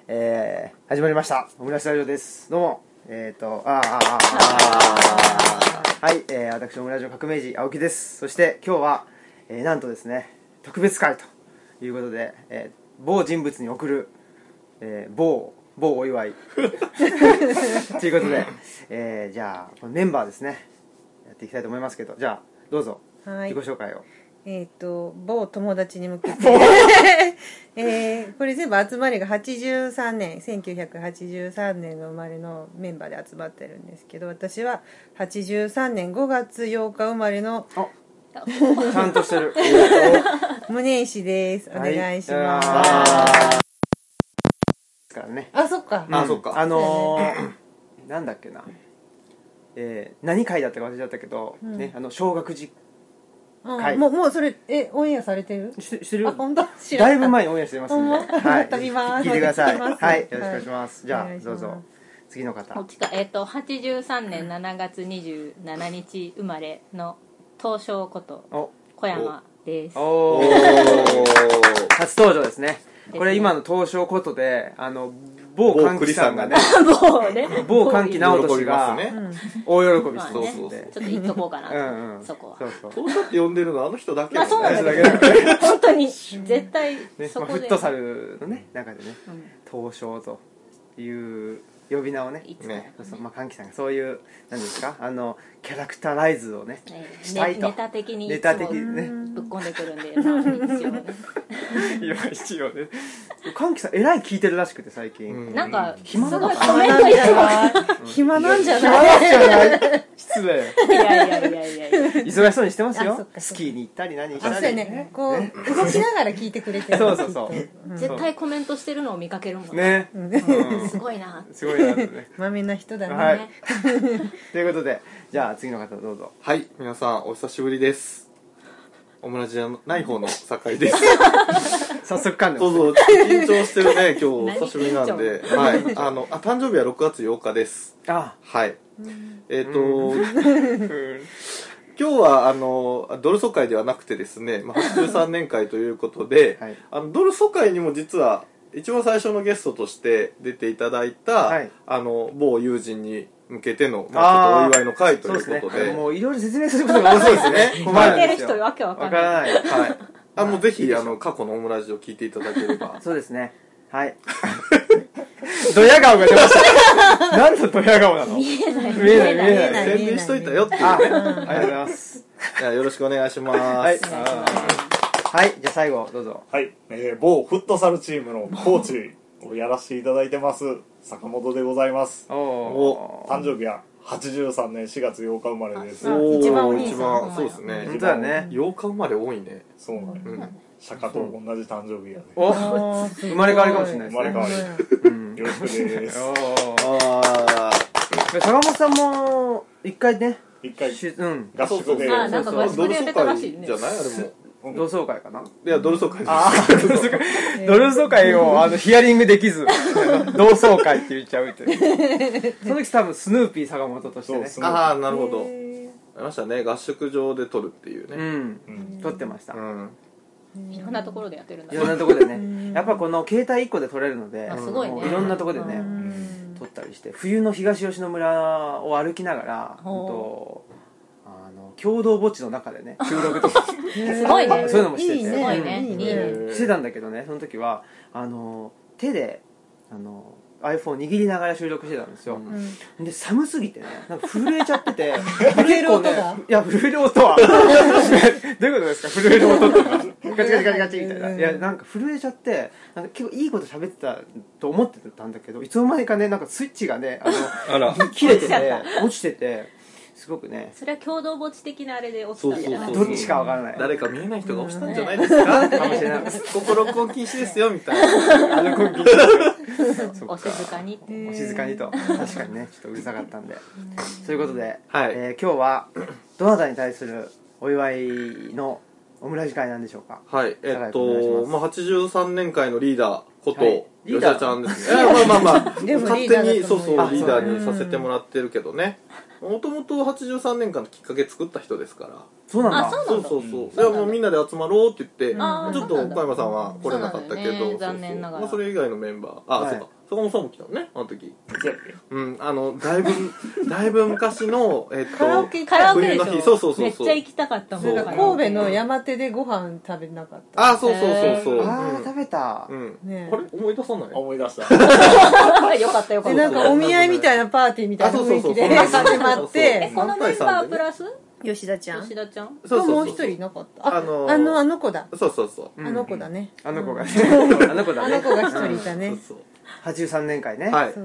始まりましたオムライスラジオです。どうもはい、私オムラジオ革命児青木です。そして今日は、なんとですね特別会ということで、某人物に送る、某お祝いということで、じゃあこのメンバーですねやっていきたいと思いますけど、じゃあどうぞ自己紹介を。 某友達に向けてこれ全部集まりが83年1983年の生まれのメンバーで集まってるんですけど、私は83年5月8日生まれのちゃんとしてる宗石です。お願いします。 ですからね。 あ、そっか、 そっか。なんだっけな、何回だったか忘れちゃったけど、ね、小学時もうそれオンエアされてる？ してる。 あ、本当？ だいぶ前にオンエアしてますんで、はい、 聞いてください。はい、よろしくお願いします。 はい、 じゃあどうぞ次の方。 83年7月27日生まれの東証こと小山です。 お初登場ですね。これ今の東証ことで某歓喜さんがね某歓喜直人氏が大喜びしてますので、 ちょっと言っとこうかなと。そこは東証って呼んでるのはあの人だけだね。 そうなんだ。本当に絶対そこでフットサルのね中でね東証という呼び名をね、歓喜さんがそういう何ですかキャラクタライズをねしたいとネタ的にいつもぶっ込んでくるんで、一応ね一応ね歓喜さんえらい聞いてるらしくて最近、 なんか暇なのか暇なんじゃない失礼。 いや忙しそうにしてますよ。スキーに行ったり何したり。 そうね。こう動きながら聞いてくれてる。 そう絶対コメントしてるのを見かけるもんね。 すごいな。 すごいなね。 まめな人だね。 はい。ということで、じゃあ次の方どうぞ。 はい、皆さんお久しぶりです。オムラジじゃない方の酒井です。 早速噛んでます。 そう緊張してるね今日久しぶりなんで、はい。誕生日は6月8日です。はい。今日はドル疎開ではなくてですね、83年会ということで、ドル疎開にも実は一番最初のゲストとして出ていただいた、某友人に向けての、ちょっとお祝いの会ということで、 もういろいろ説明することが多そうですね。 困ってる人わけわかんない。 はい。もうぜひ過去のオムラジを聞いていただければ。 そうですね。はい。ドヤ顔が出ました。なんでドヤ顔なの？見えない。 宣伝しといたよっていうね。 ありがとうございます。 じゃあよろしくお願いします。 はい。じゃあ最後どうぞ。 はい。某フットサルチームのコーチをやらせていただいてます坂本でございます。誕生日は83年4月8日生まれです。 一番お兄さん。 そうですね。 本当だね。 8日生まれ多いね。 そうなんです。釈迦と同じ誕生日やね。 生まれ変わりかもしれないですね。 生まれ変わり。よろしくです。 坂本さんも一回ね。 合宿で。 なんか合宿でやってたらしいね。 じゃないあれも。 同窓会かな。 いやドル疎開です。 ドル疎会をヒアリングできず同窓会って言っちゃうって。その時多分スヌーピー坂本としてね。 なるほど。ありましたね。合宿場で撮るっていうね。 撮ってました。 いろんなところでやってるんだ。 いろんなところでね。やっぱこの携帯1個で撮れるので、 すごいね。 いろんなところでね撮ったりして、冬の東吉野村を歩きながら共同墓地の中でね収録とかすごいね。 そういうのもしてて、 すごいね。 してたんだけどね、その時は手でiPhone 握りながら収録してたんですよ。で寒すぎてねなんか震えちゃってて震える音がいや震える音はどういうことですか、震える音ってガチガチガチガチみたいな。いやなんか震えちゃってなんか結構いいこと喋ってたと思ってたんだけど、いつの間にかねなんかスイッチがね切れてて落ちてて、すごくね。 それは共同墓地的なあれで落ちたんじゃない？ どっちかわからない。 誰か見えない人が押したんじゃないですか？ かもしれない。 ここ録音禁止ですよみたいな。 録音禁止。 お静かに。 お静かにと。確かにねちょっとうるさかったんで。ということで、 今日はどなたに対するお祝いのオムラジ会なんでしょうか？ はい。83年会のリーダーこと吉田ちゃんですね。勝手にリーダーにさせてもらってるけどね。もともと83年間のきっかけ作った人ですから。 そうなんだ。 そうでもみんなで集まろうって言って、ちょっと小山さんは来れなかったけど、 残念ながらそれ以外のメンバー、そうか坂本さんも来たのねあの時。 そうやっけ。 うん、だいぶ昔のカラオケ冬の日、そうめっちゃ行きたかったもん。 なんか神戸の山手でご飯食べなかった。 あ、そう食べた。 ね、あれ思い出さない？ 思い出した。 よかったよかった。 なんかお見合いみたいなパーティーみたいな雰囲気で始まって。 このメンバープラス吉田ちゃん。もう一人いなかった。あの子だ。 そうあの子だね。 あの子が一人いたね。 83年会ね。 はい。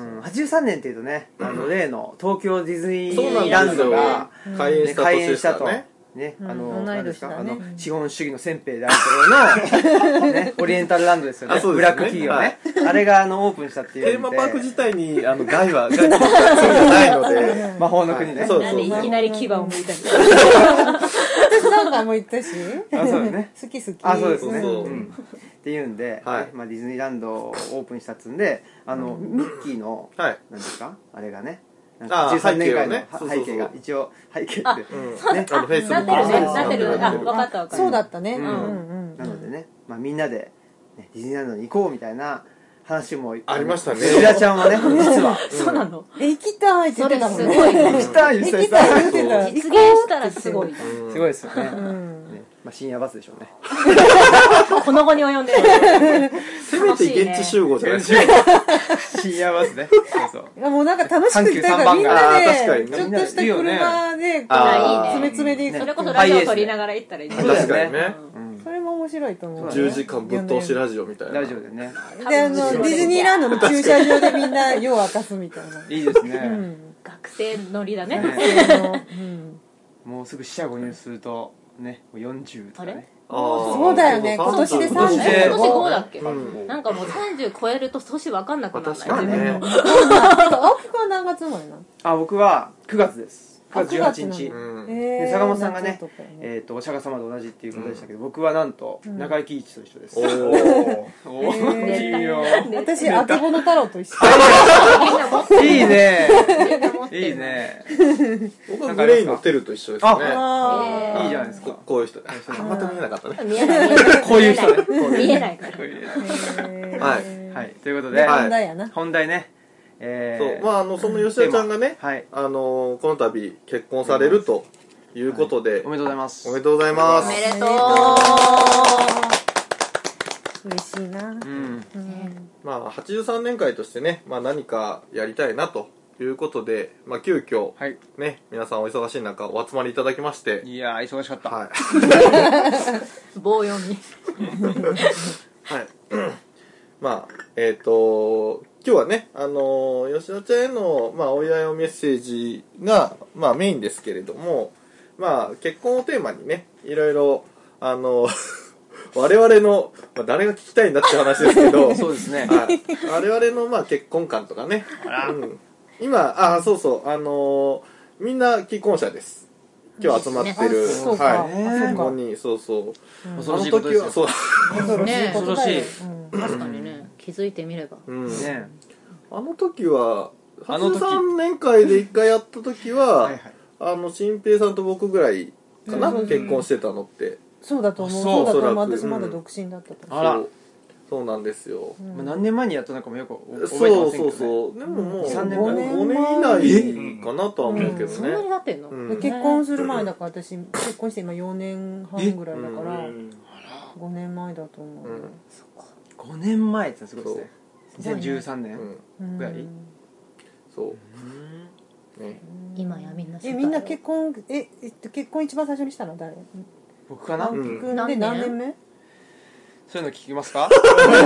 83年っていうとね、例の東京ディズニーランドが開園したと。 ね、何ですか、資本主義の先兵であるところの、ね、オリエンタルランドですよね。ブラック企業ね。あれがオープンしたっていう。 テーマパーク自体に害はそうじゃないので。 魔法の国ね。 なんでいきなり牙を剥いたり。 私なんかも行ったし。 あ、そうですね。 好き。 あ、そうですね。っていうんで、ディズニーランドをオープンしたっつんで、ミッキーの、何ですかあれがね。13年間の背景が一応背景ってなってるね。なってる。分かった。 そうだったね。なのでね、みんなでディズニーランドに行こうみたいな話もありましたね。 吉田ちゃんはね、実はそうなの。 行きたいって言ってたもんね。 行きたい言ってた。 実現したらすごい。 すごいですよね。深夜バスでしょうね。 この後に及んでる。 せめて現地集合じゃないですか。 深夜バスね。 もうなんか楽しくて、みんなでちょっとした車で詰めで行く。 それこそラジオ撮りながら行ったらいい。 確かにね。 それも面白いと思う。 10時間ぶっ通しラジオみたいな。 ラジオでね。 でディズニーランドの駐車場でみんな夜明かすみたいな。 いいですね。 学生乗りだね。 もうすぐ四捨五入するとね、40とかね。 そうだよね。今年で30。 今年5だっけ？なんかもう30超えると年分かんなくなる。 確かにね。 青木くんは何月生まれなの？ あ、僕は9月です。9月18日。 で坂本さんがね、お釈迦様と同じっていうことでしたけど、僕はなんと中井貴一と一緒です。おいいよ。私、あけぼの太郎と一緒。いいね。いいね。 僕はグレイのテルと一緒ですね。 いいじゃないですか。 こういう人。また見えなかったね。 見えない。 こういう人ね。 見えないから。 はい。ということで、本題ね。 その吉田ちゃんがね、この度結婚されるということで、 おめでとうございます。 おめでとうございます。 おめでとう。 嬉しいな。 83年会としてね、何かやりたいなということで、急遽ね、皆さんお忙しい中お集まりいただきまして、 いやー忙しかった。はい。 棒読み。 はい。今日はね、吉田ちゃんへの、お祝いのメッセージが、メインですけれども、結婚をテーマにね、いろいろ、我々の、誰が聞きたいんだって話ですけど、 そうですね。 我々の、結婚観とかね、今、みんな既婚者です。今日集まってる、5人、そう。 恐ろしいことですよ。 そう。 恐ろしい。確かにね、気づいてみれば。 あの時は、83年会で1回やった時は、新平さんと僕ぐらいかな、結婚してたのって。 そうだと思う。そうだと思う。私まだ独身だったと思う。 あら。 そうなんですよ。 何年前にやったのかもよく覚えてませんけどね。 そう。でももう 5 年以内かなとは思うけどね。 そんなになってんの？ 結婚する前だから私結婚して今4年半ぐらいだから5年前だと思う。 5年前ってすごいですね。2013年ぐらい。 そう。 今やみんな。 みんな結婚一番最初にしたの誰？ 僕かな？ 青木くんで何年目？ そういうの聞きますか？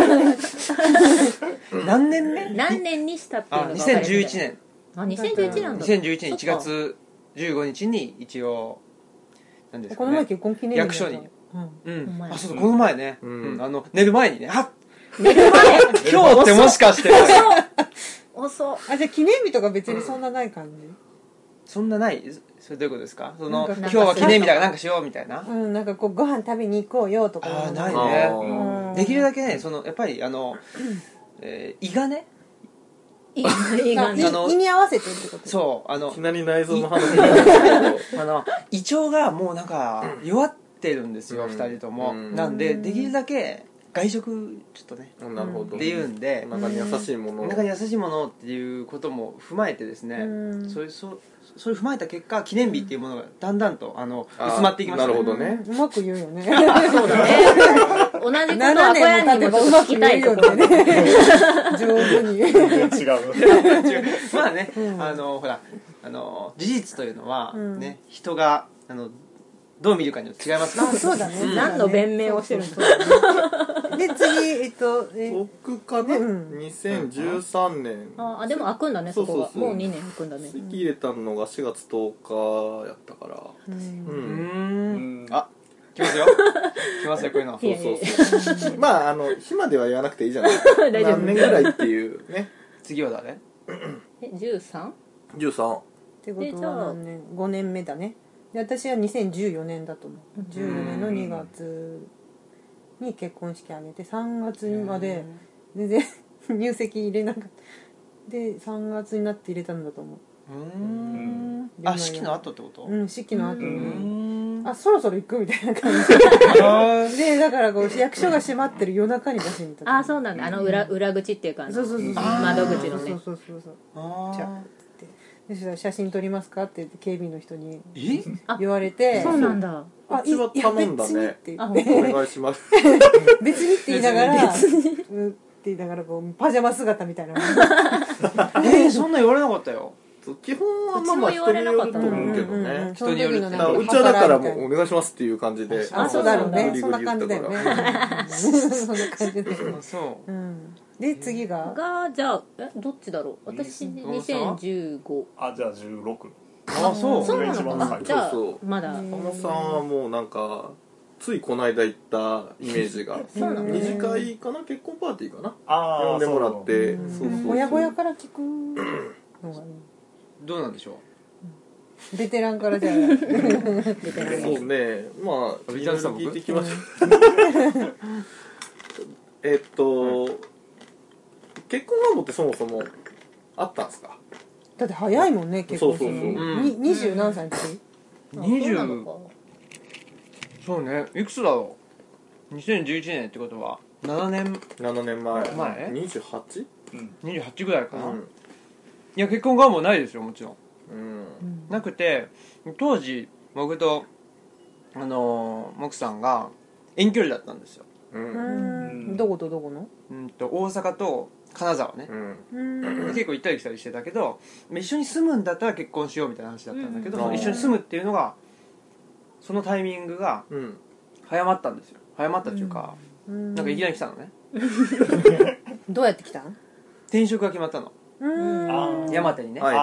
何年目？ 何年にしたっていうのが 2011年。 2011年なんだ。 2011年1月15日に一応何ですかね。 この前結婚記念日役所に。あ、そうこの前ね。寝る前にね。 寝る前？ 今日ってもしかして。 遅。 あ、じゃあ記念日とか別にそんなない感じ？ そんなない？それどういうことですか？今日は記念日だからなんかしようみたいな。 なんかこうご飯食べに行こうよとか。 ああ、ないね。できるだけね、やっぱり胃がね。 胃に合わせてってこと？ そう。 いきなり内臓の話なんですけど、 胃腸がもうなんか弱ってるんですよ、2人とも。なんでできるだけ外食ちょっとね、 なるほどっていうんで、 お腹に優しいもの、 お腹に優しいものっていうことも踏まえてですね、それ踏まえた結果記念日っていうものがだんだんと薄まっていきましたね。 なるほどね、 うまく言うよね。 そうだね。同じことは小屋にも聞きたいところで、 上手に。 違う。 まあね、ほら事実というのはね、人がどう見るかによって違いますから。 そうだね。 何の弁明をしてるんですか。 で次僕かな、2013年。 あでも開くんだね、そこが。もう2年開くんだね。 籍入れたのが4月10日やったから。 あ、来ますよ。来ますよ、こういうの。 そうまあ暇では言わなくていいじゃない。何年ぐらいっていうね。 次は誰 ？13？ 13 ってことは何年？5年目だね。で私は2014年だと思う。14年の2月に結婚式挙げて3月まで全然入籍入れなかったで3月になって入れたんだと思う。 あ、式の後ってこと？ 式の後にあそろそろ行くみたいな感じでだからこう役所が閉まってる夜中に出しに行った。 あ、そうなんだ。裏口っていうかそう窓口のね。 そうじゃあで写真撮りますかって言って警備の人に言われて、 そうなんだ。 うちは頼んだね。お願いします。 別にって言いながらって言いながらこうパジャマ姿みたいな。 そんな言われなかったよ。 基本はまあ人によると思うけどね。 人によるって。 うちはだからもうお願いしますっていう感じで。 あ、そうだろうね。そんな感じだよね。そんな感じだよね。 そう。 で次がじゃあどっちだろう。私2015。 あ、じゃあ16。 あ、そうそうなのかな。じゃあまだ。 小野さんはもうなんかついこの間行ったイメージが。二次会かな、結婚パーティーかな。呼んでもらって、 ほやほやから聞くのがどうなんでしょう。ベテランからじゃあ。 そうね、まあいろいろ聞いていきましょう。結婚願望ってそもそもあったんですか？ だって早いもんね、結婚するの。20何歳の時 ？20。そうね、いくつだろう。2011年ってことは7年前。 28？ 28ぐらいかな。いや、結婚願望ないですよ、もちろん。なくて、当時僕と木さんが遠距離だったんですよ。 どことどこの？ 大阪と金沢ね。結構行ったり来たりしてたけど、一緒に住むんだったら結婚しようみたいな話だったんだけど、一緒に住むっていうのがそのタイミングが早まったんですよ。早まったっていうか、なんかいきなり来たのね。 どうやって来たの？ 転職が決まったの。山手にね。某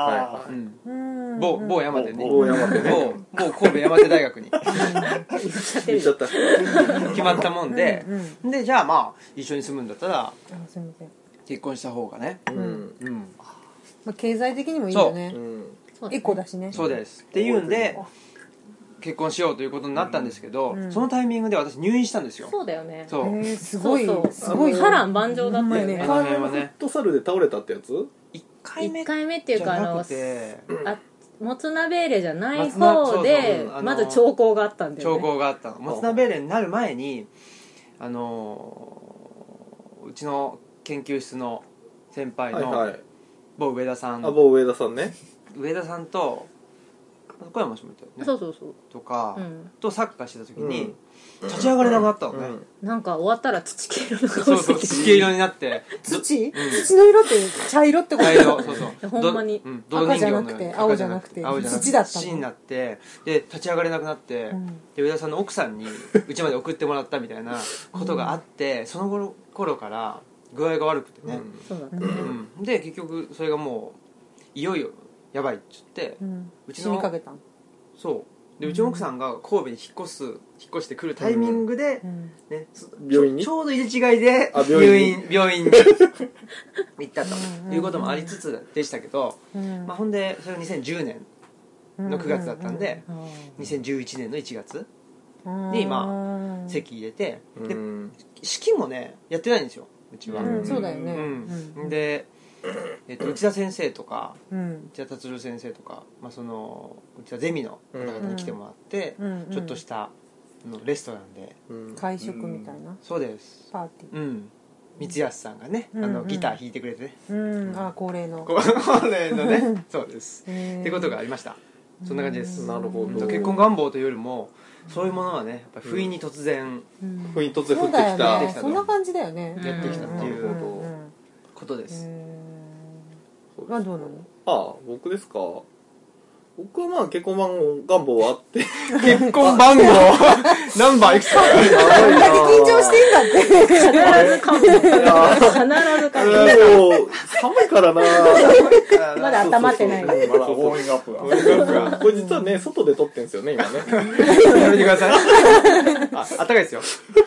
山手ね。某神戸山手大学に行っちゃった。 決まったもんで、でじゃあまあ一緒に住むんだったら結婚した方がね。 経済的にもいいよね。エコだしね。 そうですっていうんで結婚しようということになったんですけど、そのタイミングで私入院したんですよ。 そうだよね。 すごい波乱万丈だったよね。 フットサルで倒れたってやつ ？1回目っていうかもつ鍋入れじゃない方でまず兆候があったんだよね。 兆候があったの。もつ鍋入れになる前にうちの研究室の先輩の某上田さん、 某上田さんね。 上田さんと小山氏もいたよね。 そうとかとサッカーしてた時に立ち上がれなくなったのね。 なんか終わったら土系色の顔そうそう、土系色になって土の色って茶色ってこと？ 茶色、そうそう。 ほんまに赤じゃなくて青じゃなくて土だったの。 土になってで立ち上がれなくなってで上田さんの奥さんに家まで送ってもらったみたいなことがあってその頃から具合が悪くてね。で結局それがもういよいよやばいって言ってうちの死にかけたん。 そうでうちの奥さんが神戸に引っ越してくるタイミングで、ね、 病院にちょうど入れ違いで病院に行ったということもありつつでしたけど、まあ、ほんでそれが2010年の9月だったんで、2011年の1月にまあ籍入れて、で式もねやってないんですようちは。 そうだよね。 で内田先生とか内田達郎先生とか、まあ、その内田ゼミの方々に来てもらって、ちょっとしたのレストランで、 会食みたいな、 そうです、 パーティー、三安さんがね、ギター弾いてくれてね、 恒例のねそうですってことがありました。そんな感じです。 なるほど。 結婚願望というよりもそういうものはね、やっぱ不意に突然降ってきた、 そんな感じだよね、 やってきたっていうことです。 どうなの？ 僕ですか。僕はまあ結婚願望はあって結婚番号ナンバーいくつかこんだけ緊張していいんだって必ず噛む寒いからなまだ温まってない。 まだウォーミングアップがこれ実はね外で撮ってんですよね今ねやめてくださいあったかいですよ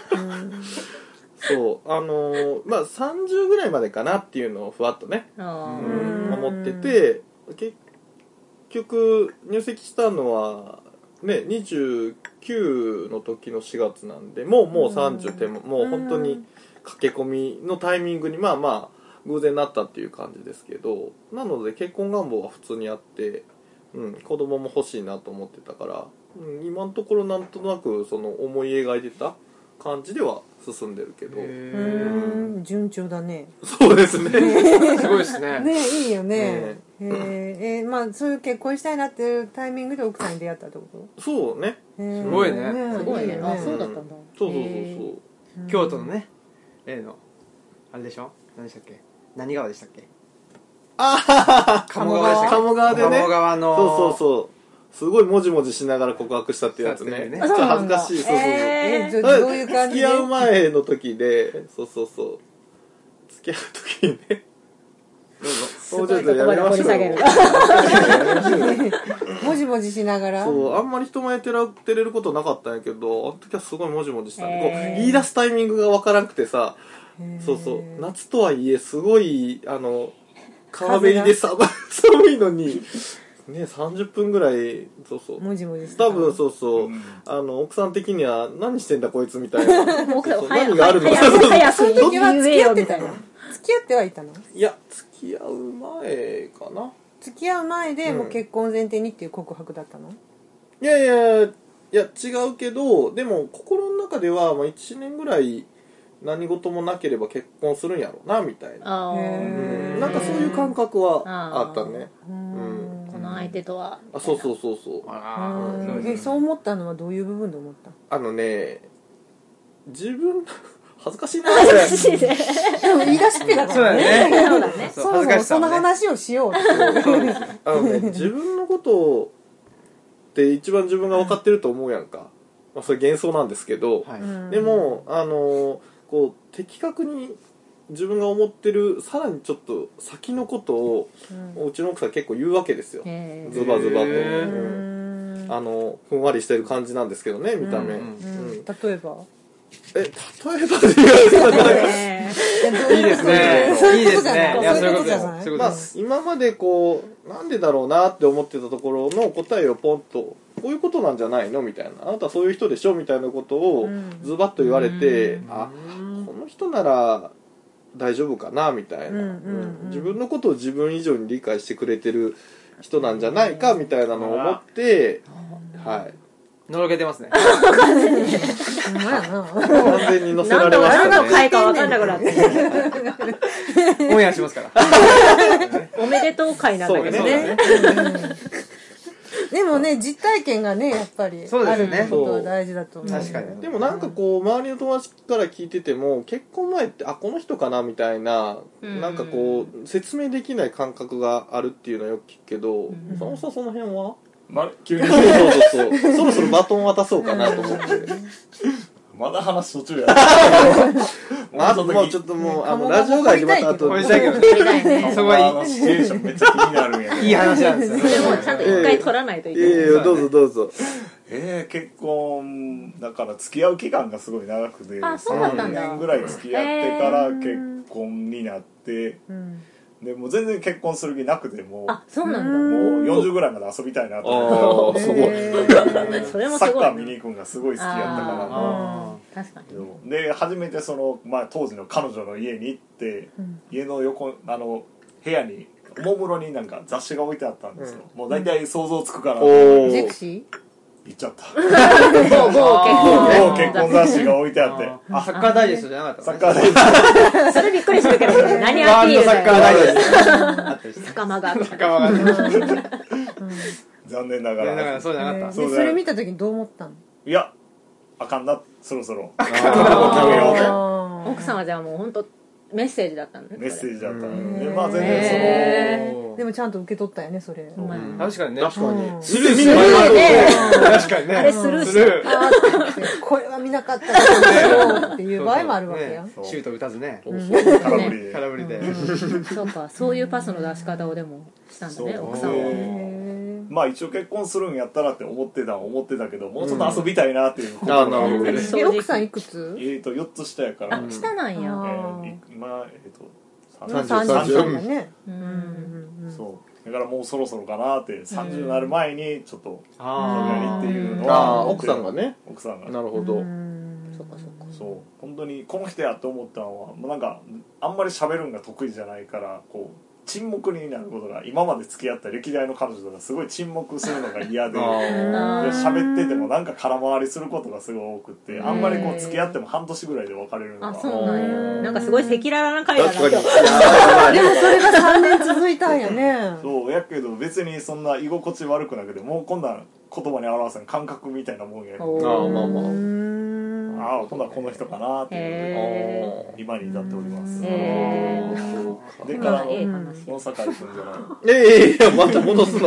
そうまあ30ぐらいまでかなっていうのをふわっとね思ってて、結局入籍したのはね29の時の4月なんでもう30ってもう本当に駆け込みのタイミングにまあ偶然なったっていう感じですけど、なので結婚願望は普通にあって、子供も欲しいなと思ってたから、今のところなんとなくその思い描いてた感じでは進んでるけど、 順調だね。 そうですねすごいですね。 ね、いいよね。まあそういう結婚したいなっていうタイミングで奥さんに出会ったってこと？ そうね。 すごいね。 すごいね。あ、そうだったんだ。 そう。 京都のね、のあれでしょ？何でしたっけ？何川でしたっけ？鴨川でね。鴨川のそう。すごいもじもじしながら告白したってやつね。めっちゃ恥ずかしい。そう。 どういう感じで？ 付き合う前の時で、そう。付き合う時にね。 すごいとこまで掘り下げる。 もじもじしながら。 そう、あんまり人前照れることなかったんやけど、あの時はすごいもじもじしたね。こう言い出すタイミングがわからなくてさ、そう夏とはいえすごい川べりで寒いのに。ね、30分ぐらいもじもじした多分奥さん的には何してんだこいつみたいな何があるのか早く言えよみたいな。 付き合ってはいたの？ いや付き合う前かな。 付き合う前でもう結婚前提にっていう告白だったの？ いや違うけど、でも心の中では1年ぐらい何事もなければ結婚するんやろうなみたいな、なんかそういう感覚はあったね。 この相手とはそうそう思ったのはどういう部分で思った？ 自分恥ずかしいなでも言い出しっぺだからね。そうだね。その話をしようって自分のことって一番自分が分かってると思うやんか。それ幻想なんですけど、でもこう的確に自分が思ってるさらにちょっと先のことをうちの奥さん結構言うわけですよ。ズバズバとふんわりしてる感じなんですけどね、見た目。 例えばいいですね。いいですね。いやそういうことじゃない。 今までこうなんでだろうなって思ってたところの答えをポンとこういうことなんじゃないのみたいな、あなたそういう人でしょみたいなことをズバッと言われて、この人なら大丈夫かなみたいな、自分のことを自分以上に理解してくれてる人なんじゃないかみたいなのを思って、 のろけてますね。 完全に乗せられましたね。 何の回か分かんなくなってオンエアしますからおめでとう会なんだけどね。 でもね、実体験がねやっぱりあることは大事だと思う。 確かに。 でもなんかこう周りの友達から聞いてても結婚前ってこの人かなみたいな、なんかこう説明できない感覚があるっていうのはよく聞くけど、その辺は急にそろそろバトン渡そうかなと思ってまだ話途中やもうちょっとラジオ外でまた後これしたいけどね。そこはいいシチュエーションめっちゃ気になるんやけどいい話なんですよ。 それもちゃんと一回取らないといけない。 どうぞ結婚だから付き合う期間がすごい長くて 3 年ぐらい付き合ってから結婚になって、でもう全然結婚する気なくてもそうなんだ。 もう40ぐらいまで遊びたいなと思って、 それもサッカー見に行くんがすごい好きやったから確かに。 で初めて当時の彼女の家に行って、家の横部屋におもむろになんか雑誌が置いてあったんですよ。もう大体想像つくから。 ジェクシー言っちゃった某結婚雑誌が置いてあってサッカーダイジェストじゃなかったサッカーダイジェストそれびっくりするけどね何アピールサッカーだよダイジェスト仲間が残念ながらそうじゃなかったそれ見た時にどう思ったの？ いやあかんなそろそろ奥さんはじゃあもう本当メッセージだったんだねメッセージだったんでまあ全然そのでもちゃんと受け取ったよねそれ。 確かにね確かにスルーする確かにねあれスルーしてこれは見なかったからっていう場合もあるわけや。 シュート打たずね空振りで空振りでそうかそういうパスの出し方をでもしたんだね奥さんはまあ一応結婚するんやったらって思ってたけどもうちょっと遊びたいなっていうああなるほどね奥さんいくつ 4つ下やから下なんや今 30だね。 そうだからもうそろそろかなって30になる前にちょっとあっていうのは奥さんがね奥さんがなるほどそう本当にこの人やと思ったのはもうなんかあんまり喋るんが得意じゃないからこう沈黙になることが今まで付き合った歴代の彼女とかすごい沈黙するのが嫌で喋っててもなんか空回りすることがすごい多くってあんまりこう付き合っても半年ぐらいで別れるのがあそうなんやなんかすごい赤裸々な会だな今日でもそれが3年続いたんやね。 そうやけど別にそんな居心地悪くなくてもうこんな言葉に表せん感覚みたいなもんやけど今度はこの人かなっていう今に至っておりますでからの坂井君じゃないいやまた戻すな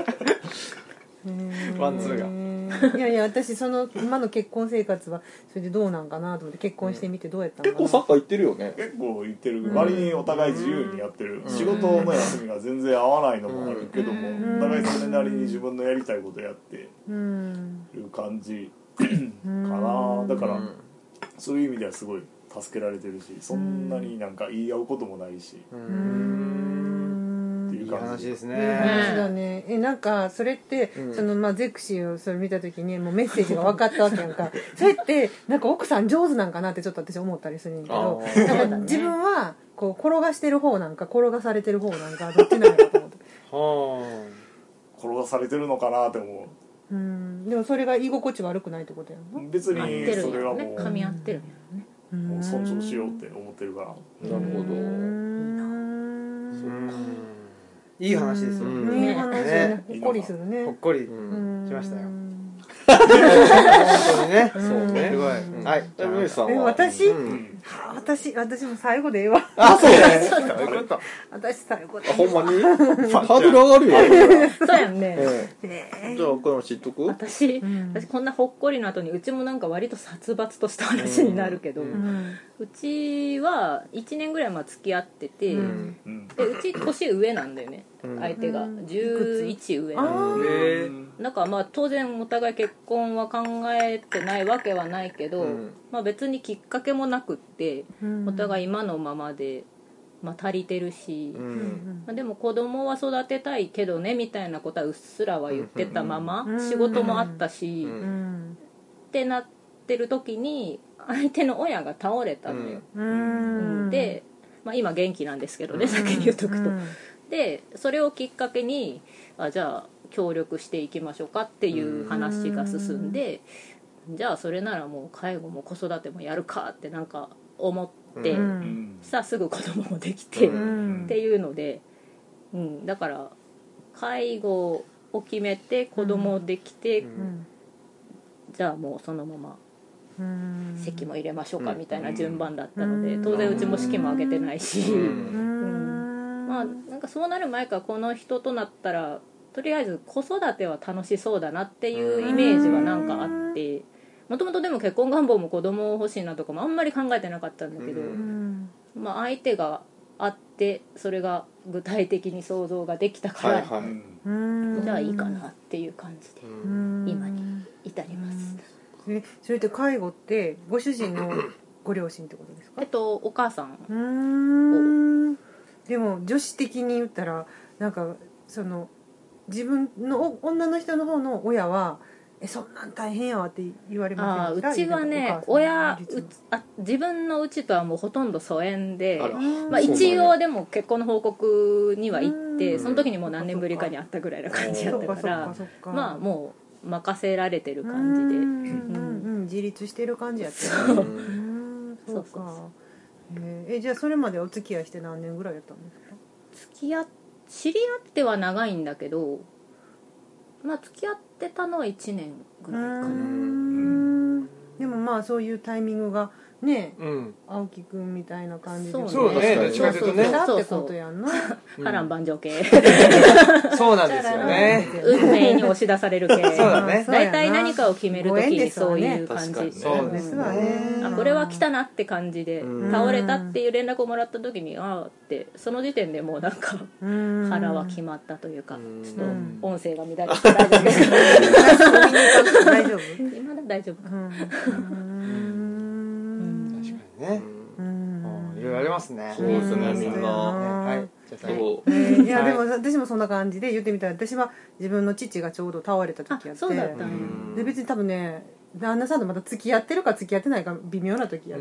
ワンツーがいやいや私その今の結婚生活はそれでどうなんかなと思って結婚してみてどうやったのかな。 結構サッカー行ってるよね結構行ってる割にお互い自由にやってる仕事の休みが全然合わないのもあるけどもお互いそれなりに自分のやりたいことやってる感じかなだからそういう意味ではすごい助けられてるしそんなになんか言い合うこともないしっていう感じですね。 いい話だね。なんかそれってそのまあゼクシーをそれ見た時にもうメッセージが分かったわけやんか。それってなんか奥さん上手なんかなってちょっと私思ったりするんだけど、なんか自分はこう転がしてる方なんか転がされてる方なんかどっちなのかと思って。 転がされてるのかなって思う。 でもそれが居心地悪くないってことやんの。 別にそれはもう噛み合ってるんやろね。 もう尊重しようって思ってるから。 なるほどいい話ですよいい話ね。ほっこりするね。 ほっこりしましたよ本当にねそうねすごいはい森さんは私も最後でええわ。 あそう私最後でほんまにハードル上がるよそうやんねじゃあこれも知っとく私こんなほっこりの後にうちもなんか割と殺伐とした話になるけどうちは1年ぐらい付き合っててでうち年上なんだよね相手が11上なんでだからまあ当然お互い結婚は考えてないわけはないけどまあ別にきっかけもなくってお互い今のままでまあ足りてるしでも子供は育てたいけどねみたいなことはうっすらは言ってたまま仕事もあったしってなってる時に相手の親が倒れたのよでまあ今元気なんですけどね先に言っとくとでそれをきっかけにじゃあ協力していきましょうかっていう話が進んでじゃあそれならもう介護も子育てもやるかってなんか思ってさあすぐ子供もできてっていうのでだから介護を決めて子供できてじゃあもうそのまま籍も入れましょうかみたいな順番だったので当然うちも式も挙げてないしまあなんかそうなる前からこの人となったらとりあえず子育ては楽しそうだなっていうイメージはなんかあってもともとでも結婚願望も子供欲しいなとかもあんまり考えてなかったんだけどまあ相手があってそれが具体的に想像ができたからじゃあいいかなっていう感じで今に至りますそれって介護ってご主人のご両親ってことですか？ お母さんでも女子的に言ったらなんかその自分の女の人の方の親はそんなん大変やわって言われませんか？ うちはね自分のうちとはもうほとんど疎遠でまあ一応でも結婚の報告には行ってその時にもう何年ぶりかに会ったぐらいな感じやったからまあもう任せられてる感じで、 自立してる感じやったね。そうか。じゃあそれまでお付き合いして何年ぐらいやったんですか？ 知り合っては長いんだけど、まあ付き合ってたのは1年ぐらいかな。 でもまあそういうタイミングがね、青木くんみたいな感じでそうね、どっちかというとね、 だってことやんな。 波乱万丈系。 そうなんですよね。 運命に押し出される系。 そうだね。 大体何かを決めるときにそういう感じ。 そうですわね。 これは来たなって感じで、倒れたっていう連絡をもらったときに、ああって、その時点でもうなんか腹は決まったというか、ちょっと音声が乱れて大丈夫ですか？ 大丈夫？ 今だ大丈夫か。 ね、いろいろありますね。 そうですね、みんな。 はい。 いやでも私もそんな感じで言ってみたら、私は自分の父がちょうど倒れた時やって、 そうだったね。 で別に多分ね、旦那さんとまた付き合ってるか付き合ってないか微妙な時やって、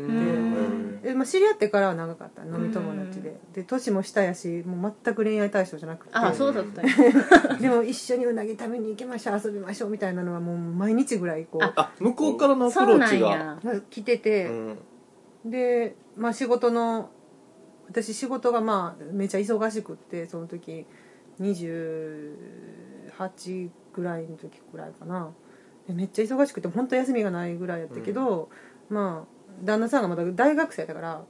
知り合ってからは長かった、飲み友達で年も下やし、もう全く恋愛対象じゃなくて、 そうだったね。 でも一緒にうなぎ食べに行きましょう、遊びましょうみたいなのはもう毎日ぐらいこう向こうからのアプローチが来てて、で、仕事の私仕事がめっちゃ忙しくって、その時28ぐらいの時ぐらいかな、でめっちゃ忙しくて本当休みがないぐらいやったけど、旦那さんがまだ大学生だから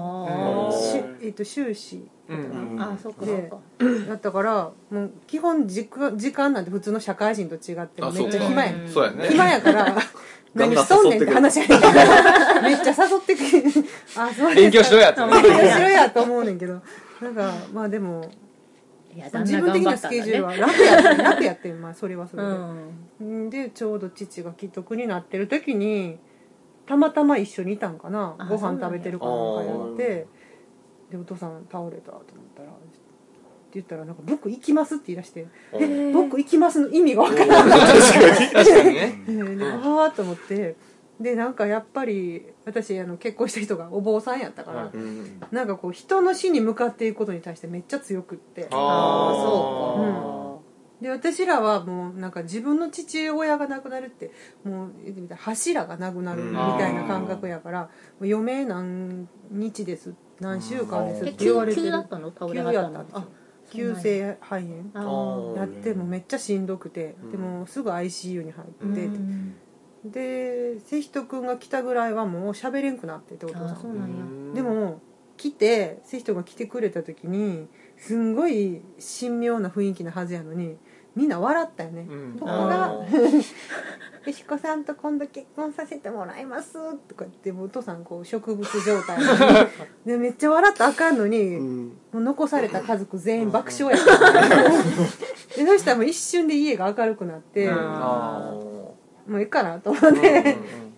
修士だったでやったから、もう基本時間なんて普通の社会人と違ってめっちゃ暇やん。暇やから何しとんねんって話やねんけど、めっちゃ誘ってくる。 勉強しろやと勉強しろやと思うねんけど、なんかでも自分的なスケジュールは楽やってん、それはそれで、でちょうど父が既得になってる時にたまたま一緒にいたんかな、ご飯食べてるかなんかやって、でお父さん倒れたと思ったらって言ったら、なんか僕行きますって言い出して、僕行きますの意味が分からない。確かにね。ああと思って、でなんかやっぱり私結婚した人がお坊さんやったから、なんかこう人の死に向かっていくことに対してめっちゃ強くって、で私らはもうなんか自分の父親が亡くなるってもう柱がなくなるみたいな感覚やから、余命何日です何週間ですって言われてる。 急だったの？倒れはったんですよ。 急性肺炎やってもめっちゃしんどくて、でもすぐ ICU に入ってで、瀬人君が来たぐらいはもう喋れんくなってて、お父さん。でも来て、瀬人が来てくれた時にすんごい神妙な雰囲気なはずやのにみんな笑ったよね。僕がよしこさんと今度結婚させてもらいますとか言って、お父さんこう植物状態でめっちゃ笑ったらあかんのに、もう残された家族全員爆笑やったでそしたらもう一瞬で家が明るくなって、もういいかなと思って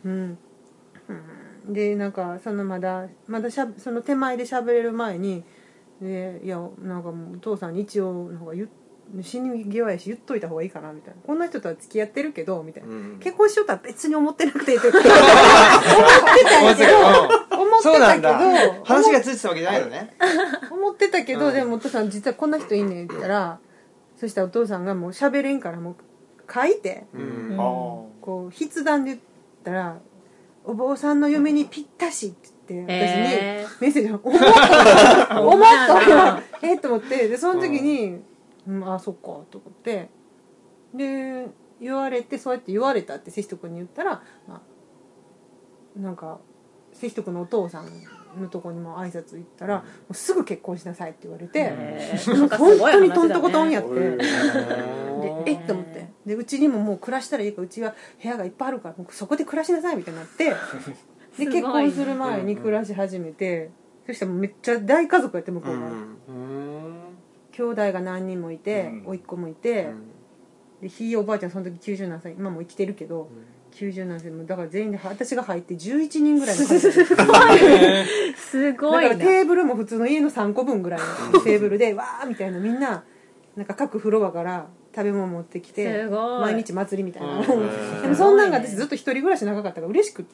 でなんかそのまだその手前で喋れる前に、でいやなんかもうお父さんに一応なんか死に際やし言っといた方がいいかなみたいな、こんな人とは付き合ってるけどみたいな、結婚しようとは別に思ってなくてって思ってたけど話がついてたわけじゃないのね。 思ってたけど、でもお父さん実はこんな人いんねんって言ったら、そしたらお父さんがもう喋れんからもう書いて、こう筆談で言ったらお坊さんの嫁にぴったしって言って私にメッセージを思ったと思って、でその時にあそっかと思って、で言われて、そうやって言われたって瀬人君に言ったら、なんか瀬人君のお父さんのとこにも挨拶行ったら、もうすぐ結婚しなさいって言われて、本当にトントコトンやって、でと思って、でうちにももう暮らしたらいいから、うちは部屋がいっぱいあるからもうそこで暮らしなさいみたいになってで結婚する前に暮らし始めて、そしたらもうめっちゃ大家族やって、向こうが兄弟が何人もいて、甥っ子もいて、でひいおばあちゃんその時90何歳、今も生きてるけど90何歳、だから全員で私が入って11人ぐらいのすごいだからテーブルも普通の家の3個分ぐらいのテーブルでわーみたいな、みんななんか各フロアから食べ物持ってきて毎日祭りみたいなでもそんなんが私ずっと一人暮らし長かったから嬉しくって、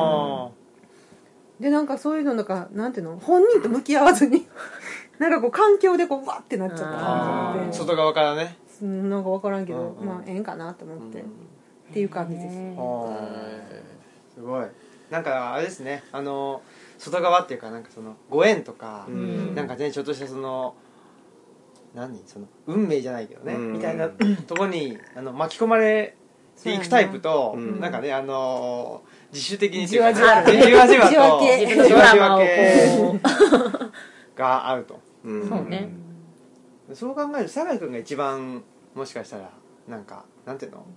でなんかそういうのなんていうの、本人と向き合わずになんかこう環境でこうわってなっちゃった、 外側からね。 なんか分からんけど、まあええんかなと思って、っていう感じです。 すごい。なんかあれですね、外側っていうか、なんかそのご縁とか、なんかね、ちょっとしたそのその運命じゃないけどね、みたいなとこに巻き込まれていくタイプと、なんかね、自主的にじわじわと自分のドラマをがあると。 そうね。 そう考えると酒井君が一番もしかしたらなんかなんていうの、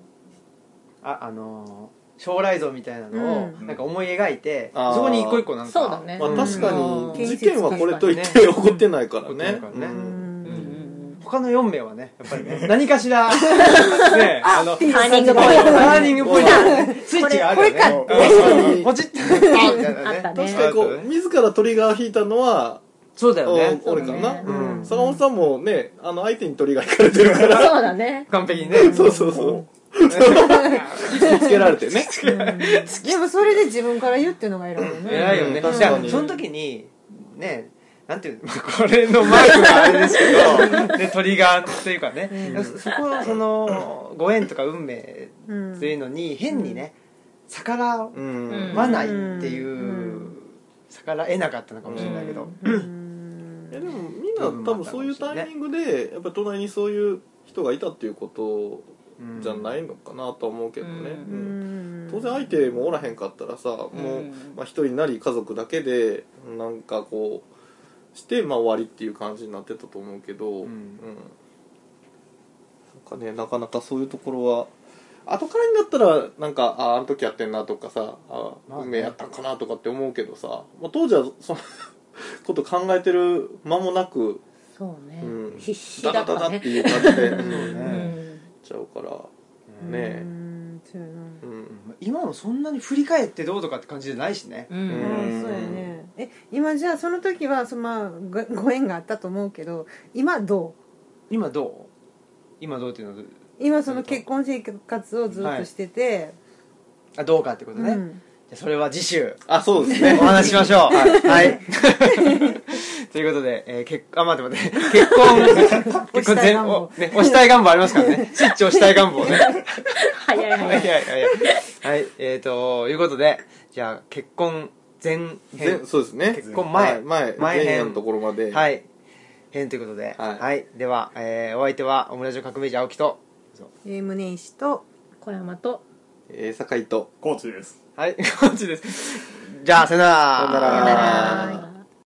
将来像みたいなのをなんか思い描いて、そこに一個一個なんか、 そうだね、 まあ、確かに事件はこれといって起こってないからね。 他の4名はね、やっぱりね、何かしらね、 ターニングポイント、 スイッチがあるよね。ポチッてみたいなね。 確かにこう自らトリガーを引いたのはそうだよね。 俺かな。坂本さんもね、相手にトリガー引かれてるから。 そうだね。 完璧にね。 そうそうそう。つけられてね。 でもそれで自分から言うっていうのが偉いよね。 偉いよね。じゃあその時にね、なんていうの、これのマークがあれですけど、ね、トリガーというかね、そこのそのご縁とか運命っていうのに変にね、逆らわないっていう、逆らえなかったのかもしれないけど。 でもみんな多分そういうタイミングでやっぱ隣にそういう人がいたっていうことじゃないのかなと思うけどね。当然相手もおらへんかったらさ、もう一人なり家族だけでなんかこうして終わりっていう感じになってたと思うけど、なんかね、なかなかそういうところは後からになったらなんかあの時やってんなとかさ、運命やったんかなとかって思うけどさ、当時はそのこと考えてる間もなく、 そうね、必死だったね、 ダダダっていう感じでちゃうからね。 今もそんなに振り返ってどうとかって感じじゃないしね。 そうやね。今じゃあその時はご縁があったと思うけど、今どうっていうのは今その結婚生活をずっとしてて、 どうかってことね。じゃそれは次週そうですね、 お話ししましょう。はいということで、待って結婚押したい願望ありますからね。スイッチ押したい願望ね。 早いはいということで、じゃあ結婚前編、 そうですね、 結婚前編のところまで編ということで、ではお相手はオムラジオ革命児青木と宗石と小山と酒井とコーチです。 はい、コーチです。じゃあさよなら。